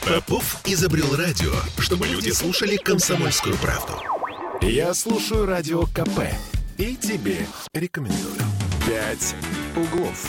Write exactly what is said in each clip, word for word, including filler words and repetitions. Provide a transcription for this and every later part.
Попов изобрел радио, чтобы люди слушали «Комсомольскую правду». Я слушаю Радио КП и тебе рекомендую. «Пять углов».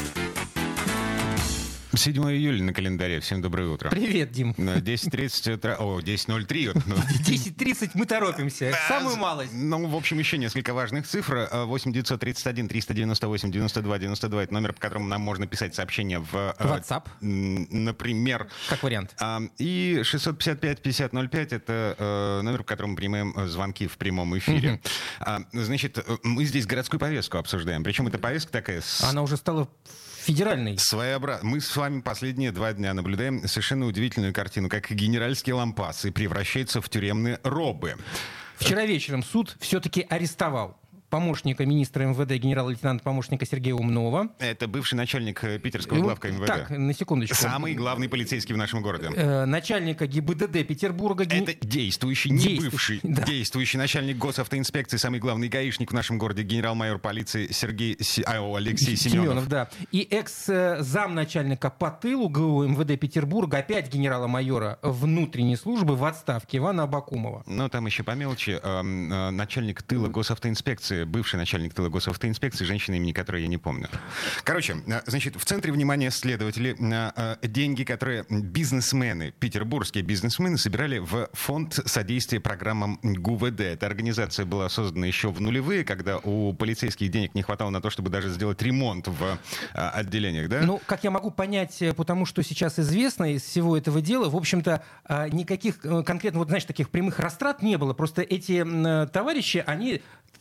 седьмого июля на календаре. Всем доброе утро. Привет, Дим. десять тридцать утра. О, десять ноль три. десять тридцать мы торопимся. Самую малость. Ну, в общем, еще несколько важных цифр. восемь девятьсот тридцать один триста девяносто восемь девяносто два девяносто два. Это номер, по которому нам можно писать сообщения в WhatsApp. Например. Как вариант. И шестьсот пятьдесят пять пятьдесят ноль пять. Это номер, по которому мы принимаем звонки в прямом эфире. Значит, мы здесь городскую повестку обсуждаем. Причем эта повестка такая... Она уже стала... федеральный. Своеобразно. Мы с вами последние два дня наблюдаем совершенно удивительную картину, как генеральские лампасы превращаются в тюремные робы. Вчера вечером суд все-таки арестовал помощника министра МВД, генерал-лейтенанта помощника Сергея Умнова. Это бывший начальник питерского главка МВД. Так, на секундочку. Самый главный полицейский в нашем городе. Э, начальника ГИБДД Петербурга. Это действующий, не действующий, бывший, да. действующий начальник госавтоинспекции, самый главный гаишник в нашем городе, генерал-майор полиции Сергей Си... а, Алексей Семенов. Семенов, да. И экс-замначальника по тылу ГУ МВД Петербурга, опять генерала-майора внутренней службы в отставке Ивана Абакумова. Ну, там еще по мелочи. Э, э, начальник тыла госавтоинспекции, бывший начальник тыла госавтоинспекции, женщина, имени которой я не помню. Короче, значит, в центре внимания следователей деньги, которые бизнесмены, петербургские бизнесмены собирали в фонд содействия программам ГУВД. Эта организация была создана еще в нулевые, когда у полицейских денег не хватало на то, чтобы даже сделать ремонт в отделениях, да? Ну, как я могу понять, потому что сейчас известно из всего этого дела, в общем-то, никаких конкретно, вот, знаешь, таких прямых растрат не было. Просто эти товарищи, они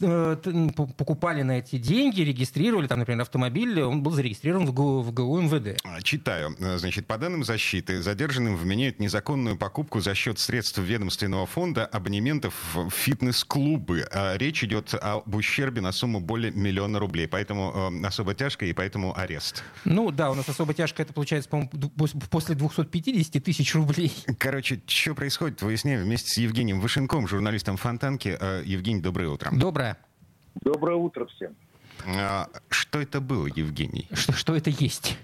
покупали на эти деньги, регистрировали, там, например, автомобиль, он был зарегистрирован в ГУ, в ГУ МВД. Читаю. Значит, по данным защиты, задержанным вменяют незаконную покупку за счет средств ведомственного фонда абонементов в фитнес-клубы. Речь идет об ущербе на сумму более миллиона рублей, поэтому э, особо тяжко и поэтому арест. Ну да, у нас особо тяжко это получается, по-моему, после двести пятьдесят тысяч рублей. Короче, что происходит, выясняем вместе с Евгением Вышенком, журналистом Фонтанки. Евгений, доброе утро. Доброе. Доброе утро всем. А, что это было, Евгений? Что, что это есть?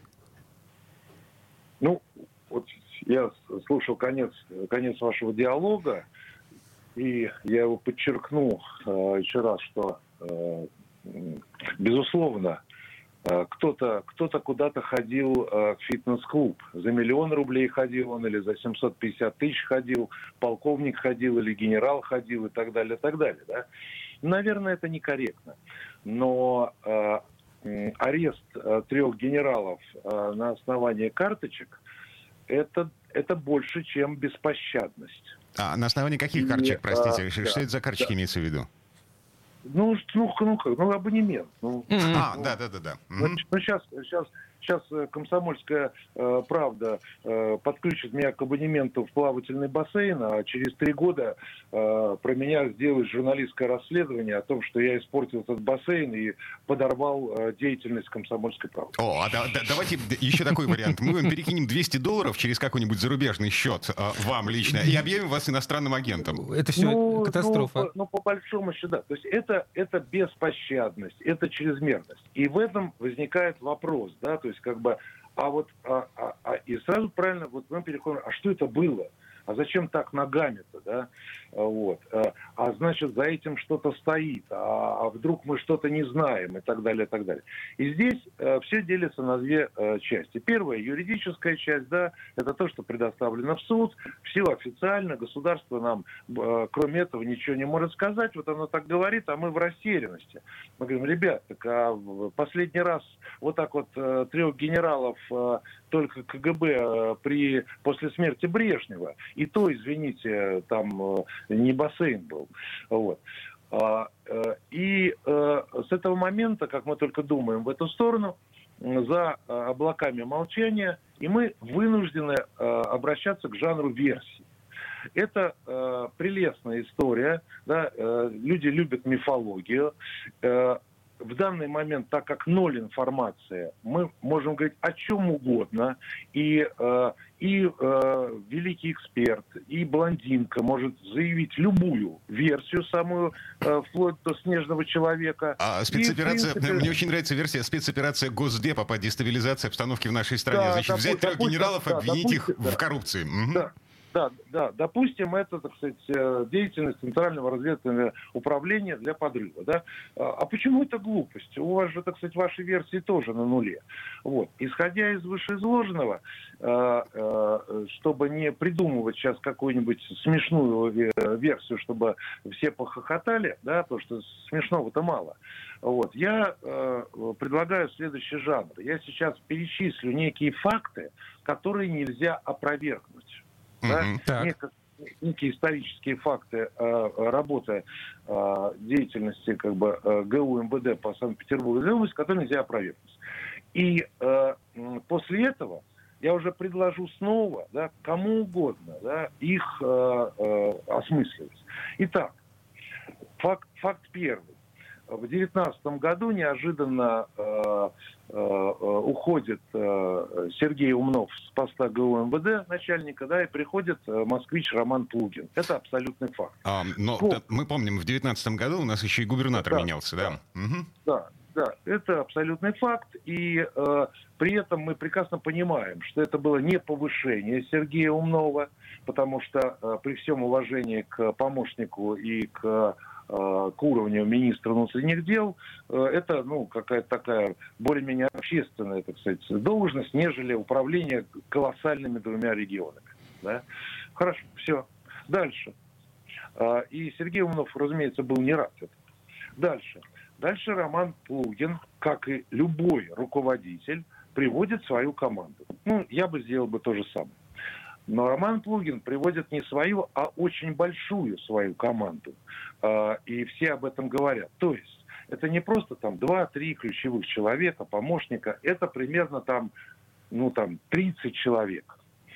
Ну, вот я слушал конец, конец вашего диалога, и я его подчеркну э, еще раз, что, э, безусловно, э, кто-то, кто-то куда-то ходил э, в фитнес-клуб. За миллион рублей ходил он, или за семьсот пятьдесят тысяч ходил, полковник ходил, или генерал ходил, и так далее, и так далее, да? Наверное, это некорректно. Но э, арест э, трех генералов э, на основании карточек это, это больше, чем беспощадность. А на основании каких карточек, И, простите? а, что да, это за карточки да. имеется в виду? Ну, ну, ну, как, ну абонемент. Ну, Mm-hmm. А, ну, да-да-да. Ну, ну, сейчас, сейчас, сейчас «Комсомольская э, правда» э, подключит меня к абонементу в плавательный бассейн, а через три года э, про меня сделают журналистское расследование о том, что я испортил этот бассейн и подорвал э, деятельность «Комсомольской правды». О, а да, да, давайте еще такой вариант. Мы вам перекинем двести долларов через какой-нибудь зарубежный счет э, вам лично и объявим вас иностранным агентом. Это все ну, катастрофа. Ну, по, ну, по большому счету, да. То есть это, это беспощадность, это чрезмерность. И в этом возникает вопрос, да, то есть как бы, а вот, а, а, а, и сразу правильно, вот мы переходим, а что это было? А зачем так ногами-то, да? Вот. А, а значит, за этим что-то стоит, а, а вдруг мы что-то не знаем, и так далее, и так далее. И здесь э, все делится на две э, части. Первая, юридическая часть, да, это то, что предоставлено в суд, все официально, государство нам, э, кроме этого, ничего не может сказать, вот оно так говорит, а мы в растерянности. Мы говорим, ребят, так а последний раз вот так вот э, трех генералов э, только КГБ э, при, после смерти Брежнева, и то, извините, там не бассейн был. Вот. И с этого момента, как мы только думаем в эту сторону, за облаками молчания, и мы вынуждены обращаться к жанру версий. Это прелестная история. Да? Люди любят мифологию. В данный момент, так как ноль информации, мы можем говорить о чем угодно, и, э, и э, великий эксперт, и блондинка может заявить любую версию, самую э, вплоть до снежного человека. А спецоперация, и, принципе, мне очень нравится версия спецоперация Госдепа по дестабилизации обстановки в нашей стране. Да, Значит, допустим, взять трех допустим, генералов, да, обвинить допустим, их да. в коррупции. Угу. Да. Да, да, допустим, это, так сказать, деятельность Центрального разведывательного управления для подрыва, да. А почему это глупость? У вас же, так сказать, ваши версии тоже на нуле. Вот. Исходя из вышеизложенного, чтобы не придумывать сейчас какую-нибудь смешную версию, чтобы все похохотали, да, потому что смешного-то мало. Вот. Я предлагаю следующий жанр. Я сейчас перечислю некие факты, которые нельзя опровергнуть. Да? Mm-hmm. Нек- некие исторические факты э, работы э, деятельности как бы, э, ГУ МВД по Санкт-Петербургу, области, которые нельзя опровергнуть. И э, после этого я уже предложу снова, да, кому угодно, да, их э, э, осмысливать. Итак, факт, факт первый. В девятнадцатом году неожиданно э, э, уходит э, Сергей Умнов с поста ГУ МВД начальника, да, и приходит э, москвич Роман Плугин. Это абсолютный факт. А, но да, мы помним, в девятнадцатом году у нас еще и губернатор да, менялся, да? Да, угу. да, да, это абсолютный факт. И э, при этом мы прекрасно понимаем, что это было не повышение Сергея Умнова, потому что э, при всем уважении к помощнику и к к уровню министра внутренних дел, это, ну, какая-то такая более-менее общественная, так сказать, должность, нежели управление колоссальными двумя регионами. Да? Хорошо, все. Дальше. И Сергей Умнов, разумеется, был не рад этому. Дальше. Дальше Роман Плугин, как и любой руководитель, приводит свою команду. Ну, я бы сделал бы то же самое. Но Роман Плугин приводит не свою, а очень большую свою команду. И все об этом говорят. То есть это не просто там два-три ключевых человека, помощника. Это примерно там, ну, там тридцать человек.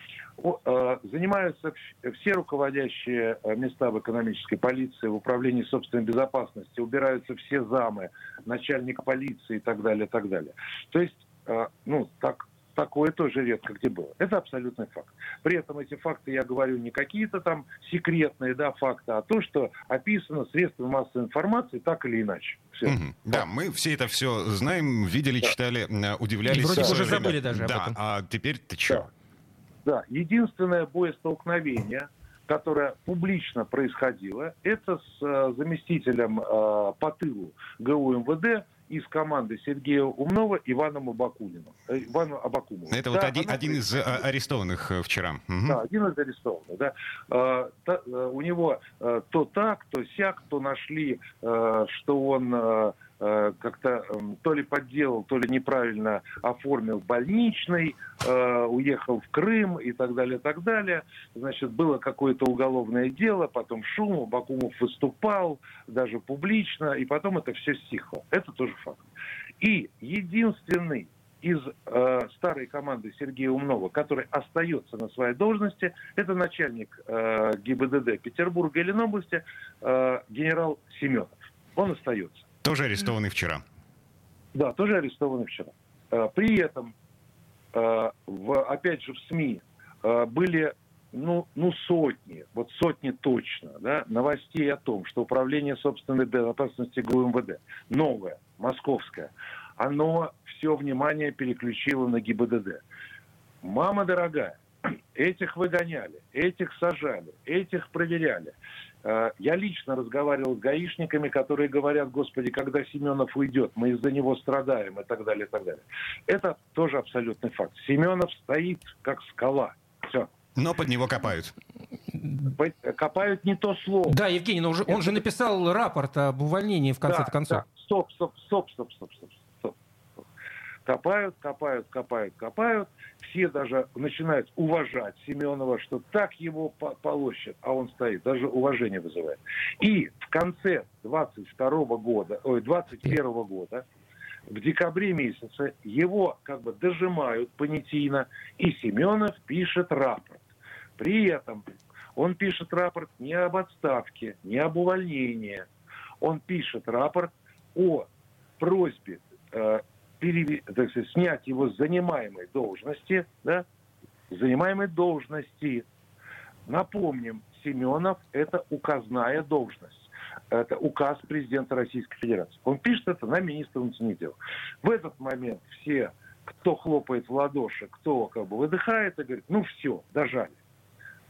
Занимаются все руководящие места в экономической полиции, в управлении собственной безопасности. Убираются все замы, начальник полиции и так далее, и так далее. То есть, ну, так... Такое тоже редко где было. Это абсолютный факт. При этом эти факты, я говорю, не какие-то там секретные, да, факты, а то, что описано средствами массовой информации так или иначе. Все. Mm-hmm. Да, мы все это все знаем, видели, да. читали, удивлялись. И вроде бы уже забыли даже об да, этом. А теперь ты что? Да. да, единственное боестолкновение, которое публично происходило, это с э, заместителем э, по тылу ГУ МВД из команды Сергея Умнова Иваном Абакулиным. Э, Иваном Абакумовым. Это да, вот один, один из а, арестованных вчера. Угу. Да, один из арестованных. Да. А, та, а, у него а, то так, то сяк, то нашли, а, что он а, а, как-то а, то ли подделал, то ли неправильно оформил больничный, а, уехал в Крым и так далее, так далее. Значит, было какое-то уголовное дело, потом шум, Абакумов выступал, даже публично, и потом это все стихло. Это тоже факт. И единственный из э, старой команды Сергея Умнова, который остается на своей должности, это начальник э, ГИБДД Петербурга и Ленобласти э, генерал Семенов. Он остается. Тоже арестованный вчера. Да, тоже арестованный вчера. Э, при этом, э, в, опять же, в СМИ э, были ну, ну сотни, вот сотни точно, да, новостей о том, что Управление собственной безопасности ГУ МВД, новое, московское, оно все внимание переключило на ГИБДД. Мама дорогая, этих выгоняли, этих сажали, этих проверяли. Я лично разговаривал с гаишниками, которые говорят: господи, когда Семенов уйдет, мы из-за него страдаем и так далее, и так далее. Это тоже абсолютный факт. Семенов стоит как скала. Все. Но под него копают. Копают не то слово. Да, Евгений, но он же, он же написал рапорт об увольнении в конце да, концов. Да. Стоп, стоп, стоп, стоп, стоп, стоп, стоп. Копают, копают, копают, копают. Все даже начинают уважать Семенова, что так его полощет, а он стоит. Даже уважение вызывает. И в конце двадцать второго года, ой, двадцать первого года, в декабре месяце, его как бы дожимают понятийно, и Семенов пишет рапорт. При этом он пишет рапорт не об отставке, не об увольнении. Он пишет рапорт о просьбе э, перев... так сказать, снять его с занимаемой должности, да, занимаемой должности. Напомним, Семенов – это указная должность. Это указ президента Российской Федерации. Он пишет это на министра внутренних дел. В этот момент все, кто хлопает в ладоши, кто как бы выдыхает и говорит: ну все, дожали.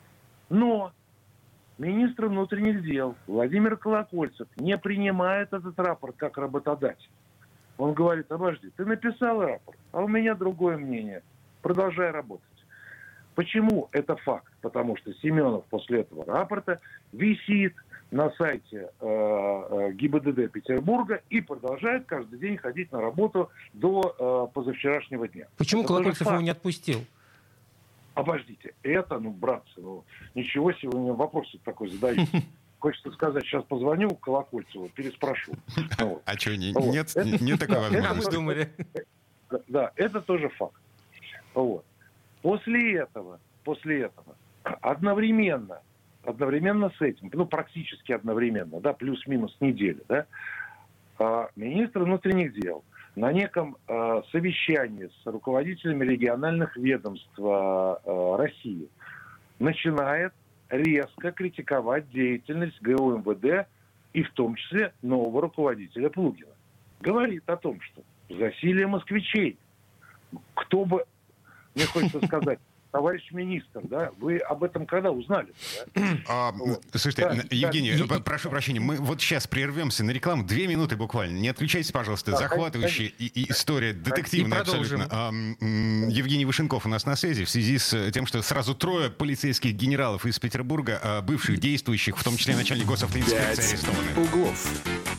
Но министр внутренних дел Владимир Колокольцев не принимает этот рапорт как работодатель. Он говорит: обожди, ты написал рапорт, а у меня другое мнение. Продолжай работать. Почему это факт? Потому что Семенов после этого рапорта висит на сайте э, э, ГИБДД Петербурга и продолжает каждый день ходить на работу до э, позавчерашнего дня. Почему это Колокольцев его не отпустил? Обождите, это, ну, братцы, ну, ничего себе, вы мне вопрос такой задаете. Хочется сказать, сейчас позвоню Колокольцеву, переспрошу. Вот. А что, не, Вот. нет, Это, нет такой да, возможности? Мы думали. Да, это тоже факт. Вот. После этого, после этого, одновременно, одновременно с этим, ну, практически одновременно, да, плюс-минус неделя, да, министр внутренних дел на неком э, совещании с руководителями региональных ведомств э, России начинает резко критиковать деятельность ГУ МВД и в том числе нового руководителя Плугина. Говорит о том, что засилие москвичей. Кто бы, мне хочется сказать, товарищ министр, да, вы об этом когда узнали? Да? А, Вот. Слушайте, Да, Евгений, да. прошу прощения, мы вот сейчас прервемся на рекламу, две минуты буквально. Не отключайтесь, пожалуйста. Да, захватывающая и, и история, детективная И продолжим. абсолютно. А, м, Евгений Вышенков у нас на связи в связи с тем, что сразу трое полицейских генералов из Петербурга, а, бывших действующих, в том числе начальник госавтоинспекции, «Пять арестованы. углов».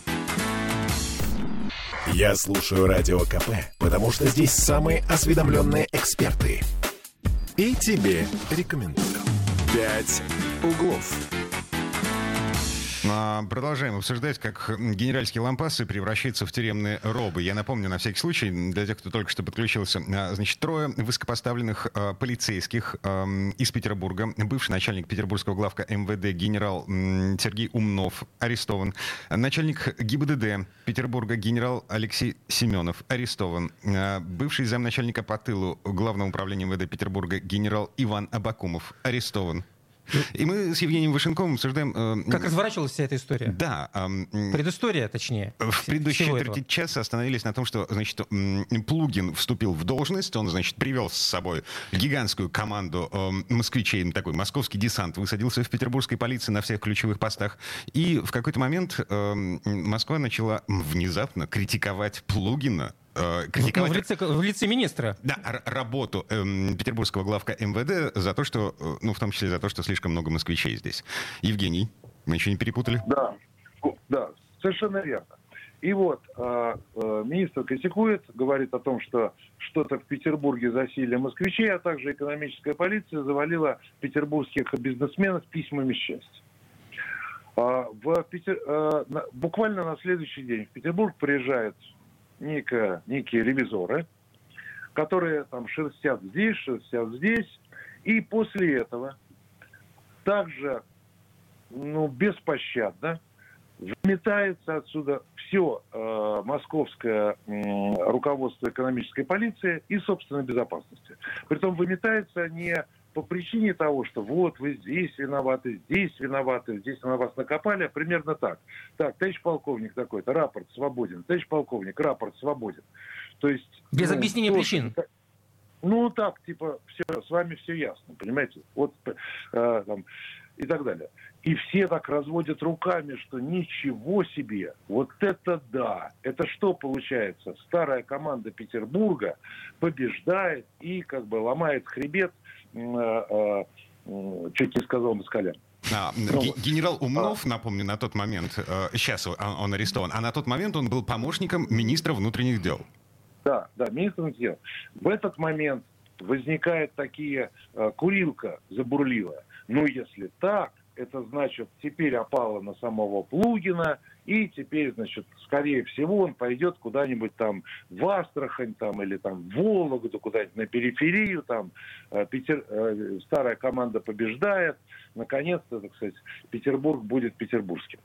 Я слушаю Радио КП, потому что здесь самые осведомленные эксперты. И тебе рекомендую. «Пять углов». А, Продолжаем обсуждать, как генеральские лампасы превращаются в тюремные робы. Я напомню, на всякий случай, для тех, кто только что подключился, а, значит, трое высокопоставленных а, полицейских а, из Петербурга. Бывший начальник петербургского главка МВД генерал м, Сергей Умнов арестован. Начальник ГИБДД Петербурга генерал Алексей Семенов арестован. А, Бывший замначальника по тылу Главного управления МВД Петербурга генерал Иван Абакумов арестован. И мы с Евгением Вышенковым обсуждаем... Э, Как разворачивалась вся эта история? Да. Э, Предыстория, точнее. В предыдущей четверти часа остановились на том, что, значит, Плугин вступил в должность, он, значит, привел с собой гигантскую команду э, москвичей, такой московский десант, высадился в петербургской полиции на всех ключевых постах, и в какой-то момент э, Москва начала внезапно критиковать Плугина, критиковать... Ну, в, лице, в лице министра. Да, р- работу эм, петербургского главка МВД за то, что, э, ну, в том числе за то, что слишком много москвичей здесь. Евгений, мы еще не перепутали? Да, да, совершенно верно. И вот э, э, министр критикует, говорит о том, что что-то в Петербурге засилие москвичей, а также экономическая полиция завалила петербургских бизнесменов письмами счастья. Э, в Питер, э, на, буквально на следующий день в Петербург приезжают Некие, некие ревизоры, которые там шерстят здесь, шерстят здесь, и после этого также, ну, беспощадно выметается отсюда все э, московское э, руководство экономической полиции и собственной безопасности. Притом выметается не по причине того, что вот вы здесь виноваты, здесь виноваты, здесь на вас накопали, а примерно так. Так, товарищ полковник такой-то, рапорт свободен, товарищ полковник, рапорт свободен. То есть... Без ну, объяснения тоже, причин. Ну, так, типа, все, с вами все ясно, понимаете? Вот, э, там, и так далее. И все так разводят руками, что ничего себе, вот это да. Это что получается? Старая команда Петербурга побеждает и как бы ломает хребет, э, э, э, чуть не сказал, москалям. А, г- генерал Умнов, напомню, на тот момент, э, сейчас он, он арестован, а на тот момент он был помощником министра внутренних дел. Да, да, министр внутренних дел. В этот момент возникает такие, э, курилка забурлила. Ну, если так, это значит, теперь опало на самого Плугина, и теперь, значит, скорее всего, он пойдет куда-нибудь там в Астрахань, там, или там в Вологду, куда-нибудь на периферию, там, э, Питер, э, старая команда побеждает, наконец-то, так сказать, Петербург будет петербургским.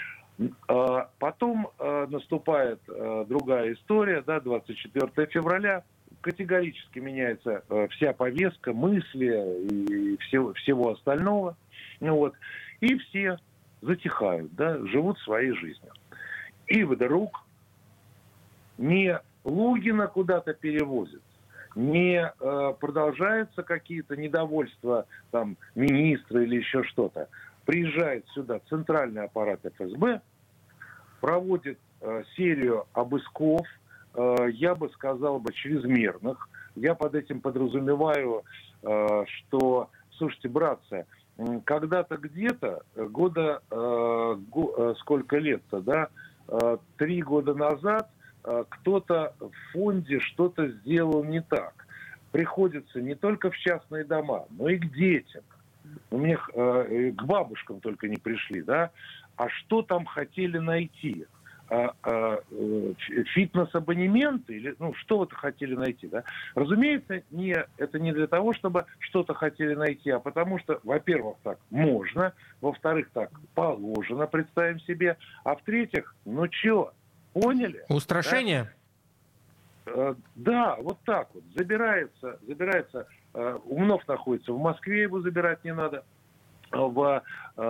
Э, потом э, наступает э, другая история, да, двадцать четвёртого февраля, категорически меняется э, вся повестка, мысли и всего, всего остального. Ну, вот. И все затихают, да, живут своей жизнью. И вдруг не Плугина куда-то перевозят, не э, продолжаются какие-то недовольства там министра или еще что-то. Приезжает сюда центральный аппарат эф эс бэ, проводит э, серию обысков, э, я бы сказал бы, чрезмерных. Я под этим подразумеваю, э, что, слушайте, братцы, когда-то где-то, года, э, го, э, сколько лет-то, да, э, три года назад э, кто-то в фонде что-то сделал не так. Приходится не только в частные дома, но и к детям. У них э, к бабушкам только не пришли, да. А что там хотели найти? А, а, фитнес-абонементы или ну что вот хотели найти, да? Разумеется, не, это не для того, чтобы что-то хотели найти, а потому что, во-первых, так можно, во-вторых, так положено, представим себе, а в-третьих, ну чё, поняли? Устрашение? Да, да, вот так вот. Забирается, забирается, Умнов находится в Москве, его забирать не надо. В э,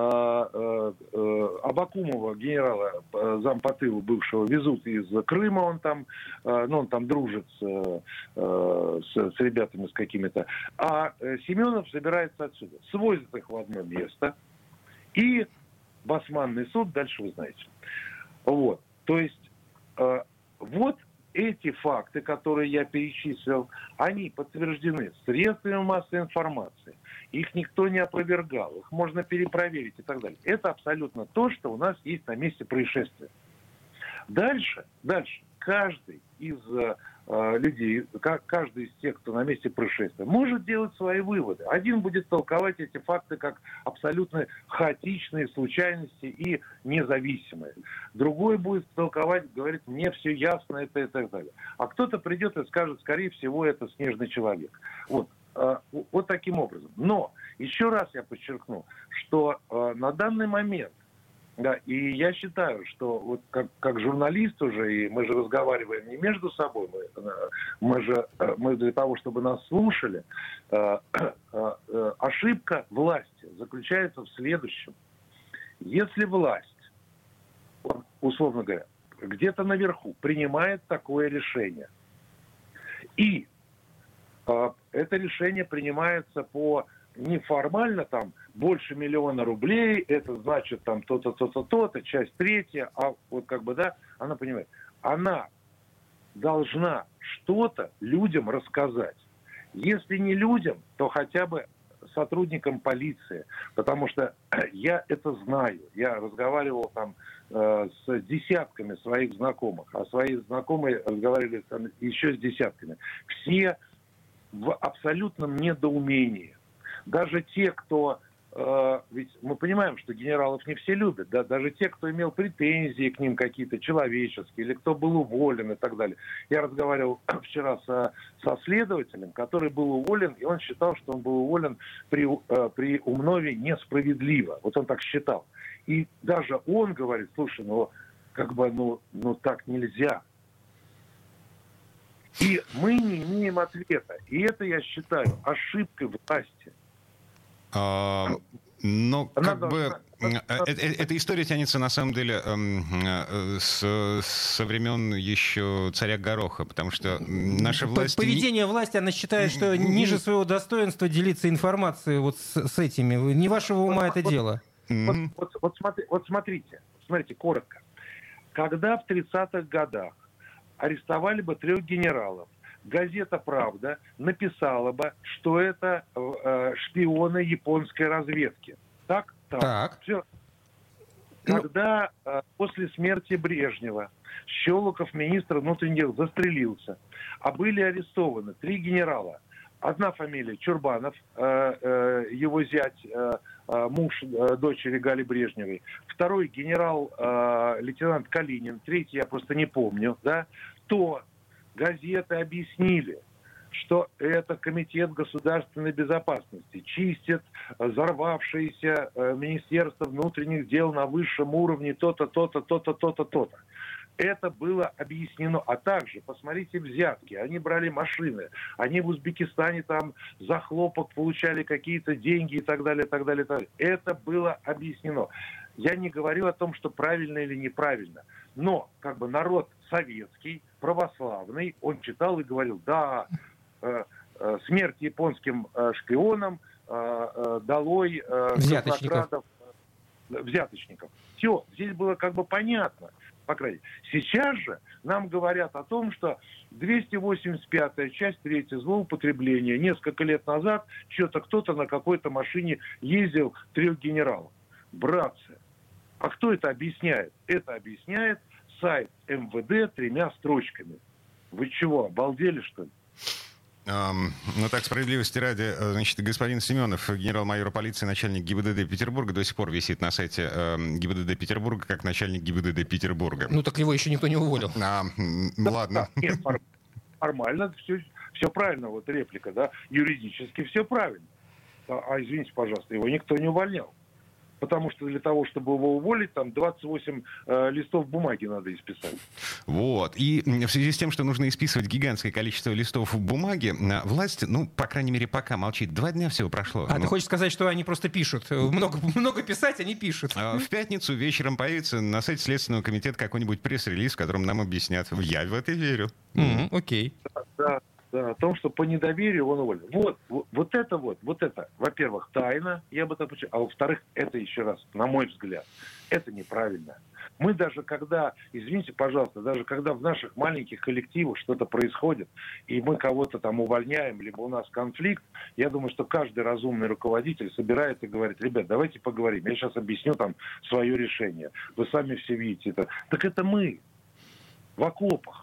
э, Абакумова, генерала, зампотыла бывшего, везут из Крыма, он там, э, ну, он там дружит с, э, с, с ребятами, с какими-то. А Семенов забирается отсюда. Свозят их в одно место. И басманный суд, дальше вы знаете. Вот. То есть, э, вот эти факты, которые я перечислил, они подтверждены средствами массовой информации. Их никто не опровергал, их можно перепроверить и так далее. Это абсолютно то, что у нас есть на месте происшествия. Дальше, дальше, каждый из э, людей, к- каждый из тех, кто на месте происшествия, может делать свои выводы. Один будет толковать эти факты как абсолютно хаотичные случайности и независимые. Другой будет толковать, говорит, мне все ясно, это и так далее. А кто-то придет и скажет, скорее всего, это снежный человек. Вот. Вот таким образом. Но еще раз я подчеркну, что э, на данный момент, да, и я считаю, что вот как, как журналист уже, и мы же разговариваем не между собой, мы, мы же мы для того, чтобы нас слушали, э, э, э, ошибка власти заключается в следующем. Если власть, условно говоря, где-то наверху принимает такое решение, и это решение принимается по неформально, там, больше миллиона рублей, это значит, там, то-то, то-то, то-то, часть третья, а вот как бы, да, она понимает, она должна что-то людям рассказать. Если не людям, то хотя бы сотрудникам полиции, потому что я это знаю, я разговаривал там э, с десятками своих знакомых, а свои знакомые разговаривали там еще с десятками. Все в абсолютном недоумении. Даже те, кто... Э, ведь мы понимаем, что генералов не все любят. Да? Даже те, кто имел претензии к ним какие-то человеческие, или кто был уволен и так далее. Я разговаривал вчера со, со следователем, который был уволен, и он считал, что он был уволен при, э, при Умнове несправедливо. Вот он так считал. И даже он говорит, слушай, ну, как бы, ну, ну так нельзя. И мы не имеем ответа. И это, я считаю, ошибкой власти. А, но как Надо, бы надо, э, э, эта история тянется на самом деле э, с, со времен еще царя Гороха, потому что наша власть... Поведение не... власти, она считает, что ниже своего достоинства делиться информацией вот с, с этими. Не вашего ума вот, это вот, дело. Вот, вот, вот, смотри, вот смотрите, смотрите, коротко. Когда в тридцатых годах арестовали бы трех генералов, газета «Правда» написала бы, что это э, шпионы японской разведки. Так? Так. так. Все. Когда э, после смерти Брежнева Щелоков, министр внутренних дел, застрелился, а были арестованы три генерала. Одна фамилия Чурбанов, э, э, его зять, э, э, муж э, дочери Гали Брежневой. Второй генерал-лейтенант э, Калинин. Третий я просто не помню. Да? То газеты объяснили, что это Комитет государственной безопасности чистит взорвавшееся э, Министерство внутренних дел на высшем уровне то-то, то-то, то-то, то-то, то-то. Это было объяснено. А также, посмотрите, взятки. Они брали машины. Они в Узбекистане там за хлопок получали какие-то деньги и так далее, и так далее, и так далее. Это было объяснено. Я не говорю о том, что правильно или неправильно. Но, как бы, народ советский, православный, он читал и говорил, да, э, э, смерть японским э, шпионам, э, э, долой э, взяточников. э, взяточников. Все, здесь было как бы понятно, по крайней мере. Сейчас же нам говорят о том, что двести восемьдесят пятая часть третья злоупотребление. Несколько лет назад что-то кто-то на какой-то машине ездил трех генералов. Братцы, а кто это объясняет? Это объясняет сайт эм вэ дэ тремя строчками. Вы чего, обалдели, что ли? Um, ну так, справедливости ради, значит, господин Семенов, генерал-майор полиции, начальник ГИБДД Петербурга, до сих пор висит на сайте э, ГИБДД Петербурга как начальник ГИБДД Петербурга. Ну так его еще никто не уволил. А, ладно. Нет, формально все, все правильно, вот реплика, да, юридически все правильно. А, а извините, пожалуйста, его никто не увольнял. Потому что для того, чтобы его уволить, там двадцать восемь э, листов бумаги надо исписать. Вот. И в связи с тем, что нужно исписывать гигантское количество листов бумаги, власть, ну, по крайней мере, пока молчит. Два дня всего прошло. А ну, ты хочешь сказать, что они просто пишут? Много, много писать, они пишут. В пятницу вечером появится на сайте Следственного комитета какой-нибудь пресс-релиз, в котором нам объяснят. Я в это верю. Mm-hmm, окей. Да, да. Да, о том, что по недоверию он уволен. Вот, вот, вот это вот, вот это, во-первых, тайна, я бы так почитал, а во-вторых, это еще раз, на мой взгляд, это неправильно. Мы даже когда, извините, пожалуйста, даже когда в наших маленьких коллективах что-то происходит, и мы кого-то там увольняем, либо у нас конфликт, я думаю, что каждый разумный руководитель собирается и говорит: ребят, давайте поговорим, я сейчас объясню там свое решение. Вы сами все видите это. Так это мы в окопах.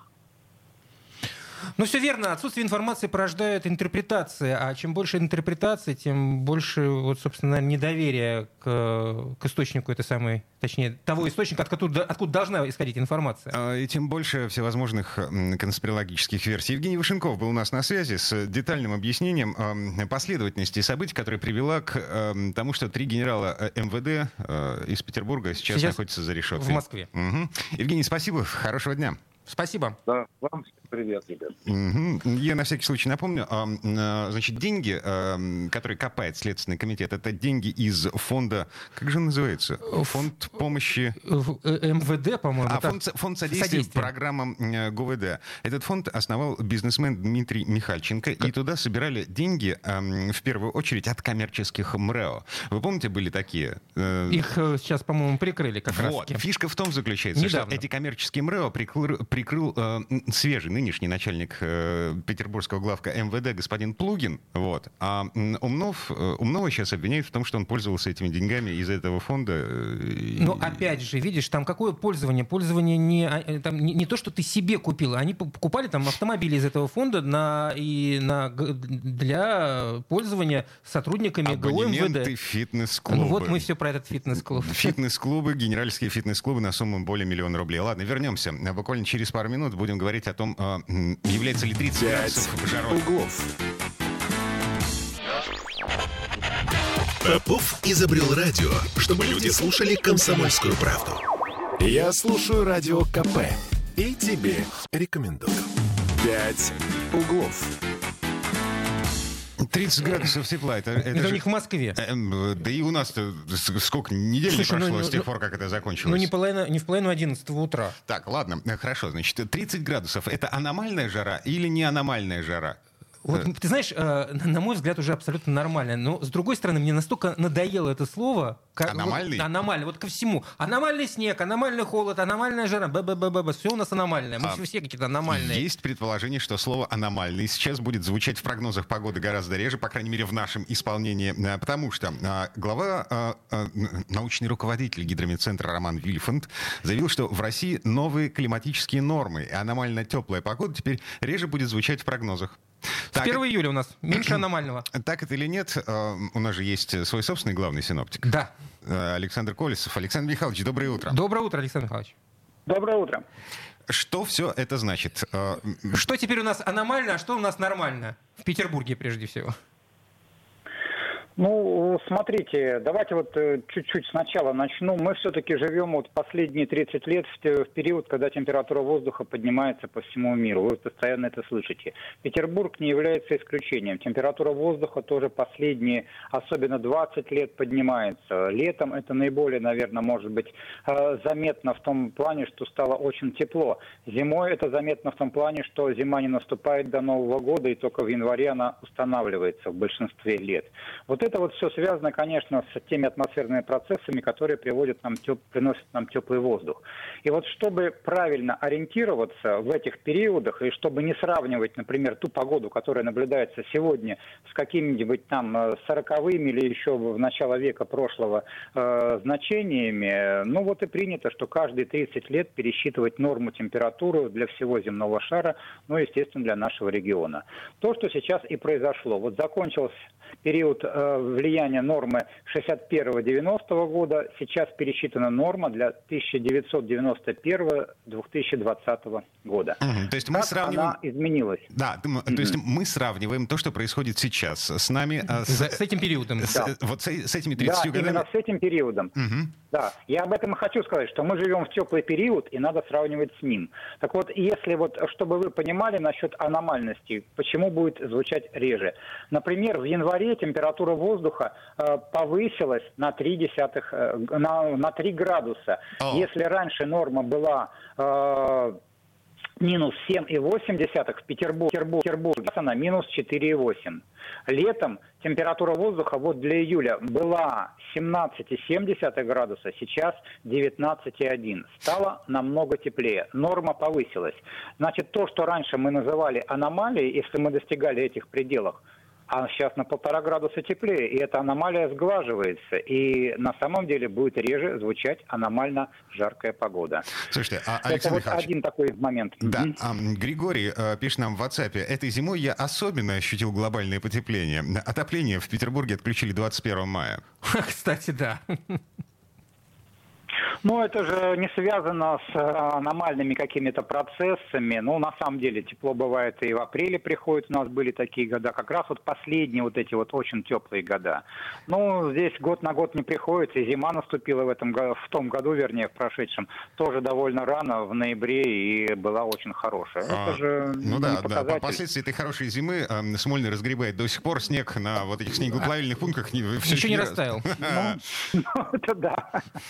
Ну, все верно. Отсутствие информации порождает интерпретации. А чем больше интерпретаций, тем больше, вот, собственно, недоверия к, к источнику этой самой, точнее, того источника, откуда, откуда должна исходить информация. И тем больше всевозможных конспирологических версий. Евгений Вышенков был у нас на связи с детальным объяснением последовательности событий, которая привела к тому, что три генерала эм вэ дэ из Петербурга сейчас, сейчас находятся за решеткой. В Москве. Угу. Евгений, спасибо. Хорошего дня. Спасибо. Да, вам привет, ребят. Угу. Я на всякий случай напомню, значит, деньги, которые копает Следственный комитет, это деньги из фонда, как же он называется? Фонд помощи... эм вэ дэ, по-моему. А, фонд, фонд содействия, содействия программам гэ вэ дэ. Этот фонд основал бизнесмен Дмитрий Михальченко, как? И туда собирали деньги, в первую очередь, от коммерческих МРЭО. Вы помните, были такие? Их сейчас, по-моему, прикрыли как раз. Вот. Фишка в том заключается, Недавно. что эти коммерческие МРЭО прикрыл, прикрыл э, свежий, нынешний начальник э, петербургского главка эм вэ дэ господин Плугин. Вот. А Умнов, Умнова сейчас обвиняют в том, что он пользовался этими деньгами из этого фонда. Э, Но опять же, видишь, там какое пользование? Пользование не, там, не, не то, что ты себе купил. Они покупали там автомобили из этого фонда на, и на, для пользования сотрудниками ГО эм вэ дэ. Фитнес-клубы. Ну, вот мы все про этот фитнес-клуб. Фитнес-клубы, генеральские фитнес-клубы на сумму более миллиона рублей. Ладно, вернемся. Буквально через пару минут будем говорить о том, является ли тридцать градусов жарой. Углов. Попов изобрел радио, чтобы люди слушали «Комсомольскую правду». Я слушаю радио ка пэ и тебе рекомендую. «Пять углов». тридцать градусов тепла. Это, это, это же... у них в Москве. Да и у нас-то сколько недель Слушай, прошло ну, с тех ну, пор, как это закончилось. Ну, не, половина, не в половину одиннадцатого утра. Так, ладно, хорошо. Значит, тридцать градусов — это аномальная жара или не аномальная жара? Вот, ты знаешь, на мой взгляд, уже абсолютно нормально. Но, с другой стороны, мне настолько надоело это слово. Как, аномальный? Вот, аномальный, вот ко всему. Аномальный снег, аномальный холод, аномальная жара. Б-б-б-б-б. Все у нас аномальное. Мы а все какие-то аномальные. Есть предположение, что слово «аномальный» сейчас будет звучать в прогнозах погоды гораздо реже, по крайней мере, в нашем исполнении. Потому что глава, научный руководитель Гидрометцентра Роман Вильфанд заявил, что в России новые климатические нормы. И аномально теплая погода теперь реже будет звучать в прогнозах. С первого июля у нас меньше аномального. Так это или нет? У нас же есть свой собственный главный синоптик. Да. Александр Колесов. Александр Михайлович, доброе утро. Доброе утро, Александр Михайлович. Доброе утро. Что все это значит? Что теперь у нас аномально, а что у нас нормально? В Петербурге, прежде всего. Ну, смотрите, давайте вот чуть-чуть сначала начну. Мы все-таки живем вот последние тридцать лет в период, когда температура воздуха поднимается по всему миру. Вы постоянно это слышите. Петербург не является исключением. Температура воздуха тоже последние, особенно двадцать лет, поднимается. Летом это наиболее, наверное, может быть заметно в том плане, что стало очень тепло. Зимой это заметно в том плане, что зима не наступает до Нового года, и только в январе она устанавливается в большинстве лет. Вот это вот все связано, конечно, с теми атмосферными процессами, которые приводят нам теп... приносят нам теплый воздух. И вот чтобы правильно ориентироваться в этих периодах, и чтобы не сравнивать, например, ту погоду, которая наблюдается сегодня с какими-нибудь там сороковыми или еще в начало века прошлого э, значениями, ну вот и принято, что каждые тридцать лет пересчитывать норму температуры для всего земного шара, ну, естественно, для нашего региона. То, что сейчас и произошло. Вот закончился период э, влияния нормы шестьдесят первого — девяностого года, сейчас пересчитана норма для тысяча девятьсот девяносто первого — две тысячи двадцатого года. Угу, то есть мы как сравниваем... она изменилась? Да, то mm-hmm. есть мы сравниваем то, что происходит сейчас с нами... С, с этим периодом. С, да. Вот с, с этими тридцатью да, годами. именно с этим периодом. Угу. Да, я об этом и хочу сказать, что мы живем в теплый период, и надо сравнивать с ним. Так вот, если вот, чтобы вы понимали насчет аномальности, почему будет звучать реже. Например, в январе температура воздуха э, повысилась на три десятых, э, на, на три градуса. Oh. Если раньше норма была э, минус семь и восемь десятых, в Петербурге, Петербурге она минус четыре и восемь. Летом температура воздуха вот для июля была семнадцать и семь десятых градуса, сейчас девятнадцать и один. Стало намного теплее. Норма повысилась. Значит, то, что раньше мы называли аномалией, если мы достигали этих пределов, а сейчас на полтора градуса теплее, и эта аномалия сглаживается. И на самом деле будет реже звучать аномально жаркая погода. Слушайте, а, Александр Это вот один такой момент. Да, а, Григорий а, пишет нам в WhatsApp. Этой зимой я особенно ощутил глобальное потепление. Отопление в Петербурге отключили двадцать первого мая. Кстати, да. Ну, это же не связано с аномальными какими-то процессами. Ну, на самом деле, тепло бывает и в апреле приходит. У нас были такие года. Как раз вот последние вот эти вот очень теплые года. Ну, здесь год на год не приходится. И зима наступила в этом году, в том году, вернее, в прошедшем, тоже довольно рано, в ноябре, и была очень хорошая. А, это же ну да, показатель. да. Последствия этой хорошей зимы э, Смольный разгребает до сих пор. Снег на вот этих снегоплавильных пунктах не, ничего не растаял. Ну, это да.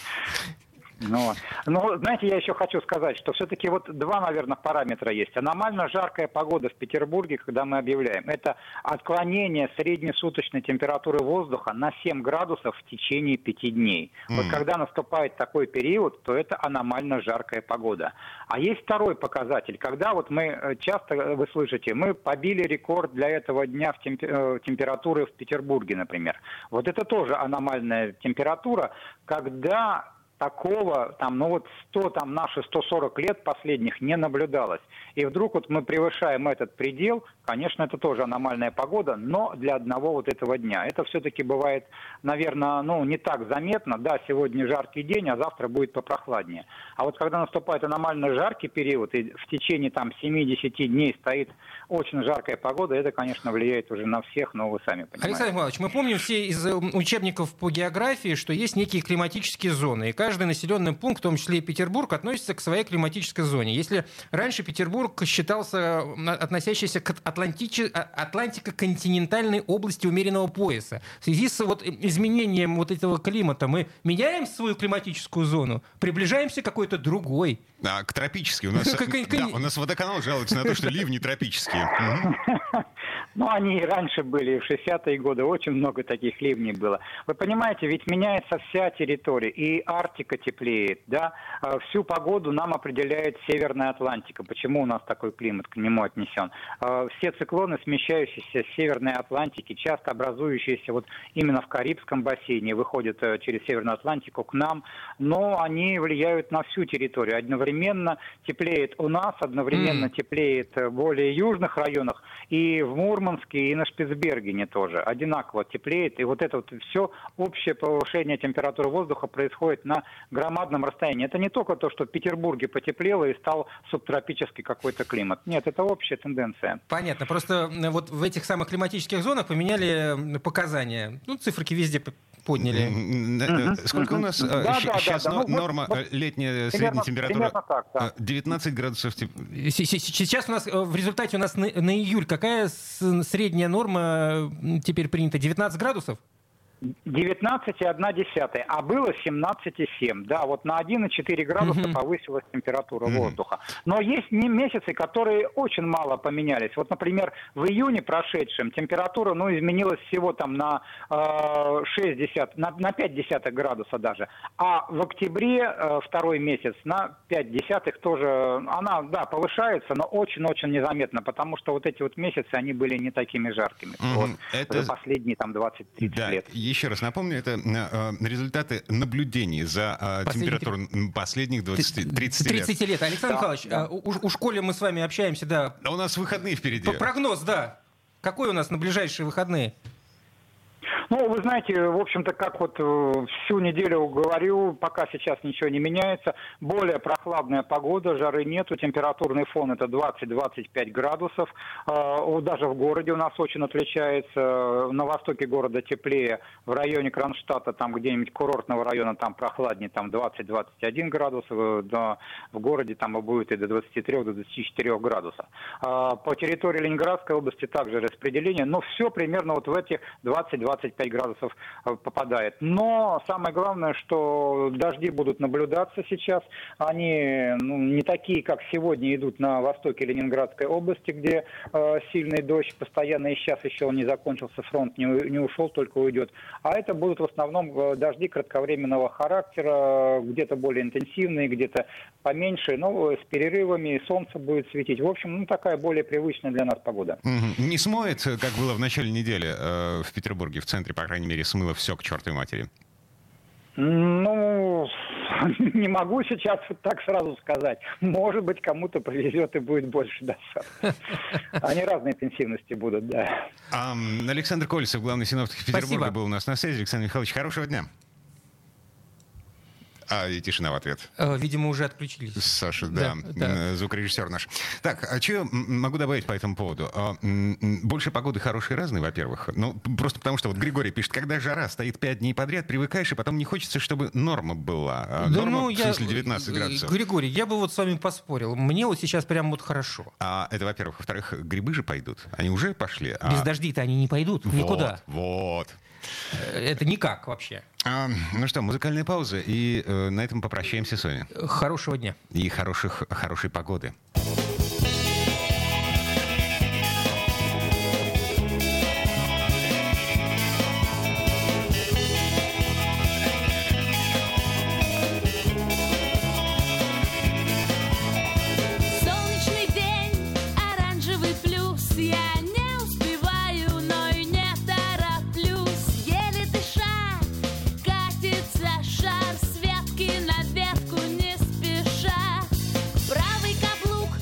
Ну, ну, знаете, я еще хочу сказать, что все-таки вот два, наверное, параметра есть. Аномально жаркая погода в Петербурге, когда мы объявляем, это отклонение среднесуточной температуры воздуха на семь градусов в течение пяти дней. Mm. Вот когда наступает такой период, то это аномально жаркая погода. А есть второй показатель, когда вот мы, часто вы слышите, мы побили рекорд для этого дня в темп- температуры в Петербурге, например. Вот это тоже аномальная температура, когда... Такого, там, ну вот сто, там, наши сто сорок лет последних не наблюдалось. И вдруг вот мы превышаем этот предел, конечно, это тоже аномальная погода, но для одного вот этого дня. Это все-таки бывает, наверное, ну, не так заметно. Да, сегодня жаркий день, а завтра будет попрохладнее. А вот когда наступает аномально жаркий период, и в течение там семидесяти дней стоит очень жаркая погода, это, конечно, влияет уже на всех, но вы сами понимаете. Александр Иванович, мы помним все из учебников по географии, что есть некие климатические зоны, и каждый населенный пункт, в том числе и Петербург, относится к своей климатической зоне. Если раньше Петербург считался относящийся к Атлантичи... Атлантико-континентальной области умеренного пояса, в связи с вот изменением вот этого климата мы меняем свою климатическую зону, приближаемся к какой-то другой. А, к тропической. У нас, да, у нас водоканал жалуется на то, что ливни тропические. Ну, они и раньше были, в шестидесятые годы очень много таких ливней было. Вы понимаете, ведь меняется вся территория, и Арктика теплеет, да, всю погоду нам определяет Северная Атлантика. Почему у нас такой климат к нему отнесен? Все циклоны, смещающиеся с Северной Атлантики, часто образующиеся вот именно в Карибском бассейне, выходят через Северную Атлантику к нам, но они влияют на всю территорию. Одновременно теплеет у нас, одновременно mm. теплеет в более южных районах, и в Мурманске, и на Шпицбергене тоже одинаково теплеет. И вот это вот все общее повышение температуры воздуха происходит на громадном расстоянии. Это не только то, что в Петербурге потеплело и стал субтропический какой-то климат. Нет, это общая тенденция. Понятно. Просто вот в этих самых климатических зонах поменяли показания. Ну, циферки везде подняли. Mm-hmm. Сколько mm-hmm. у нас да, сейчас да, да, да. норма ну, летняя примерно, средняя температура? Так, да. девятнадцать градусов. Сейчас у нас в результате у нас на, на июль какая средняя норма теперь принята? девятнадцать градусов? девятнадцать целых одна десятая, а было семнадцать целых семь. Да, вот на один целых четыре градуса mm-hmm. повысилась температура mm-hmm. воздуха. Но есть месяцы, которые очень мало поменялись. Вот, например, в июне прошедшем температура, ну, изменилась всего там на э, шесть десятых, на, на пять десятых градуса даже. А в октябре, э, второй месяц, на пять десятых тоже она, да, повышается, но очень-очень незаметно, потому что вот эти вот месяцы, они были не такими жаркими. Mm-hmm. Вот, Это... за последние там двадцать-тридцать да. лет. Еще раз напомню, это э, результаты наблюдений за э, температуру последних двадцати-тридцати лет. тридцать лет. Александр да, Михайлович, да. у, у школе мы с вами общаемся, да. А у нас выходные впереди. Прогноз, да. Какой у нас на ближайшие выходные? Ну, вы знаете, в общем-то, как вот всю неделю говорю, пока сейчас ничего не меняется. Более прохладная погода, жары нету, температурный фон это двадцать-двадцать пять градусов. Даже в городе у нас очень отличается. На востоке города теплее, в районе Кронштадта, там где-нибудь курортного района, там прохладнее, там двадцать-двадцать один градус. В городе там и будет и до двадцати трёх, до двадцати четырёх градусов. По территории Ленинградской области также распределение, но все примерно вот в этих двадцать-двадцать пять градусов попадает. Но самое главное, что дожди будут наблюдаться сейчас. Они ну, не такие, как сегодня идут на востоке Ленинградской области, где э, сильный дождь постоянно, и сейчас еще он не закончился, фронт не, не ушел, только уйдет. А это будут в основном дожди кратковременного характера, где-то более интенсивные, где-то поменьше, но с перерывами, солнце будет светить. В общем, ну, такая более привычная для нас погода. Не смоет, как было в начале недели э, в Петербурге, в центре, по крайней мере, смыло все к чертовой матери? Ну, не могу сейчас так сразу сказать. Может быть, кому-то повезет и будет больше досад. Они разной интенсивности будут, да. А, Александр Колесов, главный синоптик Петербурга, Спасибо. Был у нас на связи. Александр Михайлович, хорошего дня. А, и тишина в ответ. Видимо, уже отключились. Саша, да, да, да. Звукорежиссер наш. Так, а что я могу добавить по этому поводу? Больше погоды хорошие разные, во-первых. Ну, просто потому что вот Григорий пишет, когда жара стоит пять дней подряд, привыкаешь, и потом не хочется, чтобы норма была. А да, норма, ну, в смысле, девятнадцать градусов. Григорий, я бы вот с вами поспорил. Мне вот сейчас прям вот хорошо. А это, во-первых. Во-вторых, грибы же пойдут. Они уже пошли. Без а... дождей-то они не пойдут вот, никуда. Вот. Это никак вообще. А, ну что, музыкальная пауза, и э, на этом попрощаемся с вами. Хорошего дня. И хороших, хорошей погоды. Шар с ветки на ветку не спеша. Правый каблук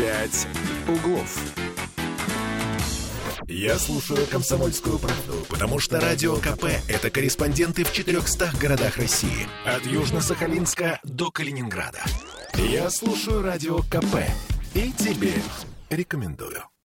«Пять углов». Я слушаю «Комсомольскую правду», потому что Радио КП – это корреспонденты в четырехстах городах России. От Южно-Сахалинска до Калининграда. Я слушаю Радио КП и тебе рекомендую.